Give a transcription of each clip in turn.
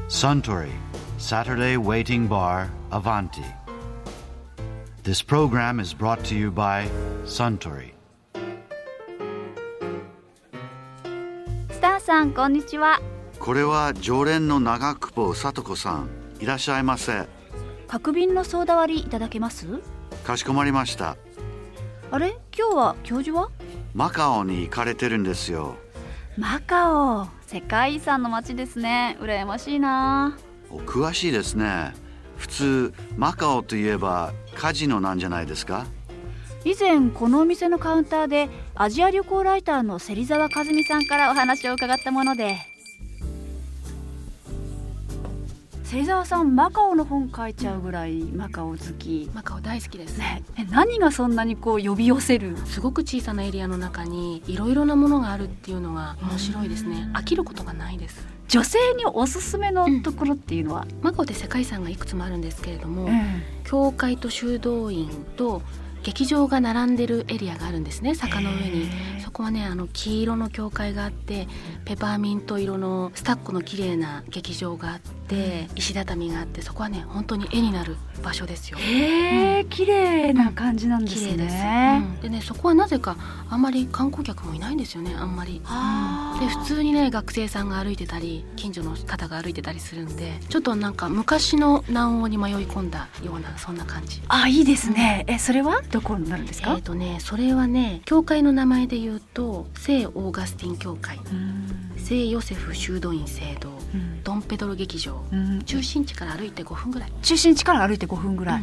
Suntory Saturday Waiting Bar Avanti. This program is brought to you by Suntory. スターさんこんにちは。 これは常連の長久保聡子さん、いらっしゃいませ。 角瓶のソーダ割りいただけます？ かしこまりました。 あれ、今日は教授は？ マカオに行かれてるんですよ。 マカオ、世界遺産の街ですね。羨ましいな。 お詳しいですね。普通マカオといえばカジノなんじゃないですか？ 以前このお店のカウンターでアジア旅行ライターの芹沢和美さんからお話を伺ったもので。芹沢さん、マカオの本書いちゃうぐらいマカオ好き。 マカオ大好きですね。 何がそんなにこう呼び寄せる？ すごく小さなエリアの中にいろいろなものがあるっていうのが面白いですね。飽きることがないです。 女性におすすめのところっていうのは、 マカオって世界遺産がいくつもあるんですけれども、教会と修道院と劇場が並んでるエリアがあるんですね。坂の上に。そこはね、黄色の教会があって、ペパーミント色のスタッコの綺麗な劇場があって、石畳があって、そこはね本当に絵になる場所ですよ。 綺麗な感じなんですね。 綺麗です。でね、そこはなぜかあんまり観光客もいないんですよね。あんまり。で、普通にね学生さんが歩いてたり近所の方が歩いてたりするんで、ちょっとなんか昔の南欧に迷い込んだようなそんな感じ。 いいですね。それはどこになるんですか？ それはね、教会の名前で言うと聖オーガスティン教会、聖ヨセフ修道院聖堂、ドンペドロ劇場、中心地から歩いて5分ぐらい。 中心地から歩いて5分ぐらい。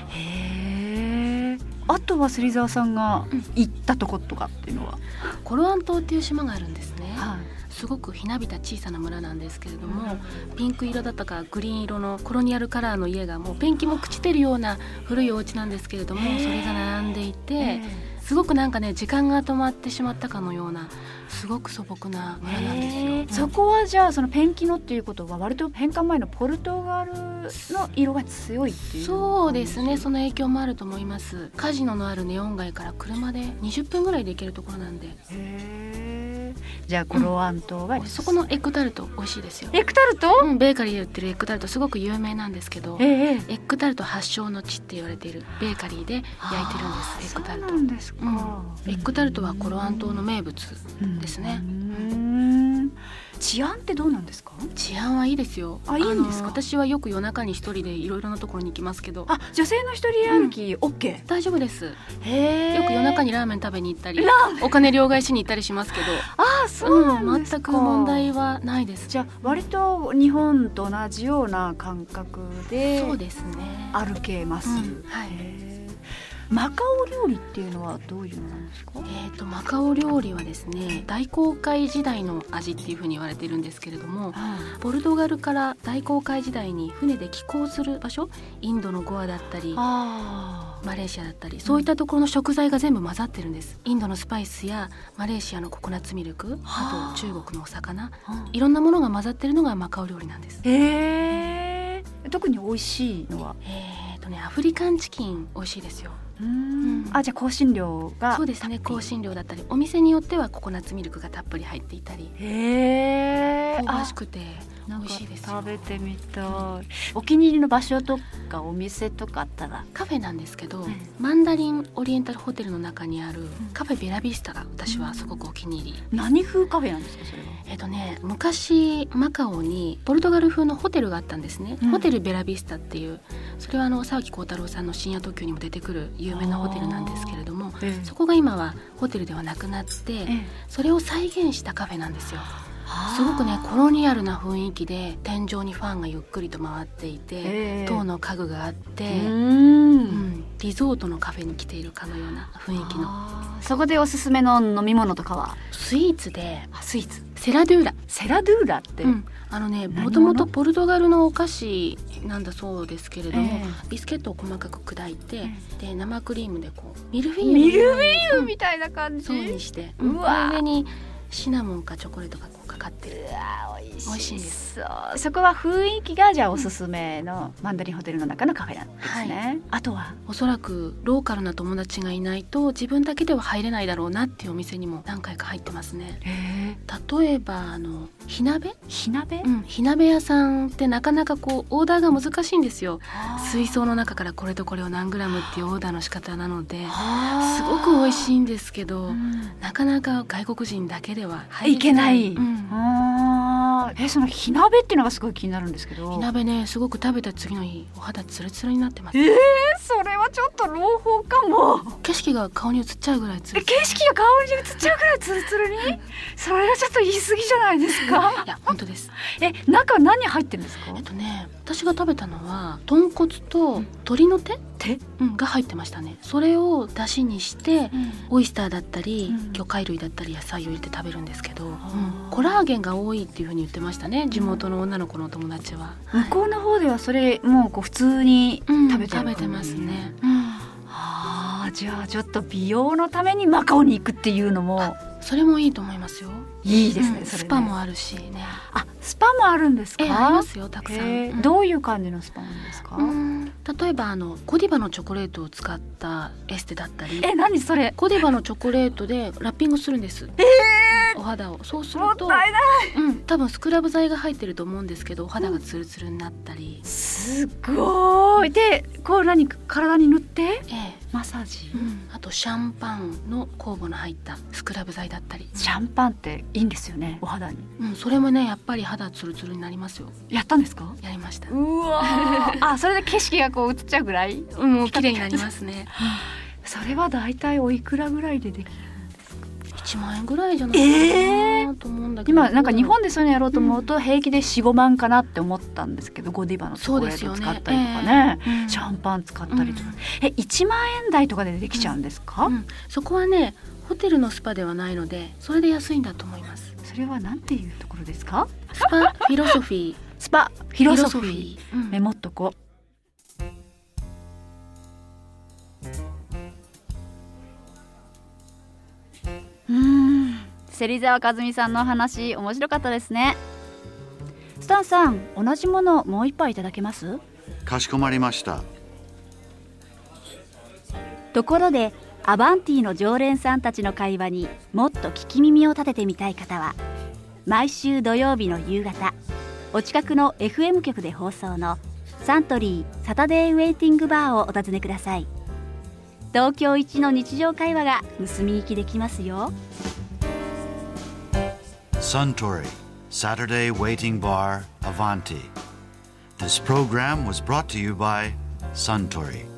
あとは芹沢さんが行ったとことかっていうのは、 コロアン島っていう島があるんですね。すごくひなびた小さな村なんですけれども、ピンク色だったかグリーン色のコロニアルカラーの家がもうペンキも朽ちてるような古いお家なんですけれども、それが並んでいて、すごくなんかね時間が止まってしまったかのようなすごく素朴な村なんですよ。 そこはじゃあそのペンキのっていうことは割と返還前のポルトガルの色が強いっていう？ そうですね、その影響もあると思います。カジノのあるネオン街から車で20分ぐらいで行けるところなんで。 じゃあコロアン島が、 そこのエッグタルト美味しいですよ。 エッグタルト？ ベーカリーで売ってるエッグタルトすごく有名なんですけど、エッグタルト発祥の地って言われているベーカリーで焼いてるんです。エッグタルト。 そうなんですか。 エッグタルトはコロアン島の名物ですね。 治安ってどうなんですか？ 治安はいいですよ。 いいんですか？ 私はよく夜中に一人でいろいろなところに行きますけど。 女性の一人歩き OK？ 大丈夫です。よく夜中にラーメン食べに行ったりお金両替しに行ったりしますけど。 そうなんですか。 全く問題はないです。 じゃあ割と日本と同じような感覚でそうですね、 歩けます。マカオ料理っていうのはどういうのなんですか？ マカオ料理はですね、大航海時代の味っていうふうに言われてるんですけれども、ポルトガルから大航海時代に船で寄港する場所、インドのゴアだったりマレーシアだったり、そういったところの食材が全部混ざってるんです。インドのスパイスやマレーシアのココナッツミルク、あと中国のお魚、いろんなものが混ざってるのがマカオ料理なんです。 特に美味しいのはアフリカンチキン美味しいですよ。 じゃあ香辛料が。 そうですね、香辛料だったりお店によってはココナッツミルクがたっぷり入っていたり、香ばしくて美味しいですよ。 食べてみたい。お気に入りの場所とかお店とかあったら？ カフェなんですけど、マンダリンオリエンタルホテルの中にあるカフェベラビスタが私はすごくお気に入り。 何風カフェなんですかそれは？ 昔マカオにポルトガル風のホテルがあったんですね。ホテルベラビスタっていう、それは沢木耕太郎さんの深夜特急にも出てくる有名なホテルなんですけれども、そこが今はホテルではなくなって、それを再現したカフェなんですよ。すごくねコロニアルな雰囲気で、天井にファンがゆっくりと回っていて、塔の家具があって、リゾートのカフェに来ているかのような雰囲気の。 そこでおすすめの飲み物とかは？ スイーツでセラドゥーラ。 セラドゥーラって、 もともとポルトガルのお菓子なんだそうですけれども、ビスケットを細かく砕いて、で生クリームでこうミルフィーユみたいな感じ、そうにして、上にシナモンかチョコレートがこうかかかってる。 うわ美味しいんです。 そこは雰囲気がじゃあおすすめのマンダリンホテルの中のカフェなんですね、はい、あとはおそらくローカルな友達がいないと自分だけでは入れないだろうなっていうお店にも何回か入ってますね。例えば火鍋、火鍋屋さんってなかなかこうオーダーが難しいんですよ。水槽の中からこれとこれを何グラムっていうオーダーの仕方なのですごく美味しいんですけど、なかなか外国人だけでは入れない。 その火鍋っていうのがすごい気になるんですけど、 火鍋ねすごく食べた次の日お肌ツルツルになってます。 それはちょっと朗報かも。 景色が顔に映っちゃうぐらいツルツル。 景色が顔に映っちゃうぐらいツルツルにそれはちょっと言い過ぎじゃないですか。 いや本当です。 中何入ってるんですか？ 私が食べたのは豚骨と鶏の手、が入ってましたね。それを出汁にして、オイスターだったり、魚介類だったり野菜を入れて食べるんですけど、コラーゲンが多いっていう風に言ってましたね、地元の女の子のお友達は。 向こうの方ではそれもうこう普通に食べてますね。 じゃあちょっと美容のためにマカオに行くっていうのもそれもいいと思いますよ。 いいですね、それね。 スパもあるしね。 スパもあるんですか？ ありますよ、たくさん。 どういう感じのスパなんですか？ 例えばゴディバのチョコレートを使ったエステだったり。 何それ？ ゴディバのチョコレートでラッピングするんです。お肌を。そうするともったいない。 多分スクラブ剤が入ってると思うんですけど、お肌がツルツルになったり。 すごい。でこう体に塗って、マッサージ、 あとシャンパンの酵母の入ったスクラブ剤だったり。 シャンパンっていいんですよね、お肌に。 それもねやっぱり肌ツルツルになりますよ。 やったんですか？ やりました。 うわそれで景色がこう映っちゃうぐらいもう綺麗になりますね。 それはだいたいおいくらぐらいでできるんですか ？1万円ぐらいじゃないかなと思うんだけど、 今なんか日本でそういうのやろうと思うと平気で 4,5 万かなって思ったんですけど、ゴディバのチョコレート使ったりとかね、シャンパン使ったりとか、1万円台とかでできちゃうんですか？ そこはねホテルのスパではないのでそれで安いんだと思います。 それはなんていうところですか？ スパフィロソフィー。 スパフィロソフィー、メモっとこう。芹沢和美さんの話面白かったですね。スタンさん、同じものもう一杯いただけます？ かしこまりました。 ところでアバンティの常連さんたちの会話にもっと聞き耳を立ててみたい方は、毎週土曜日の夕方お近くの FM 局で放送のサントリーサタデーウェイティングバーをお尋ねください。東京一の日常会話が盗み聞きできますよ。 Suntory Saturday Waiting Bar Avanti. This program was brought to you by Suntory.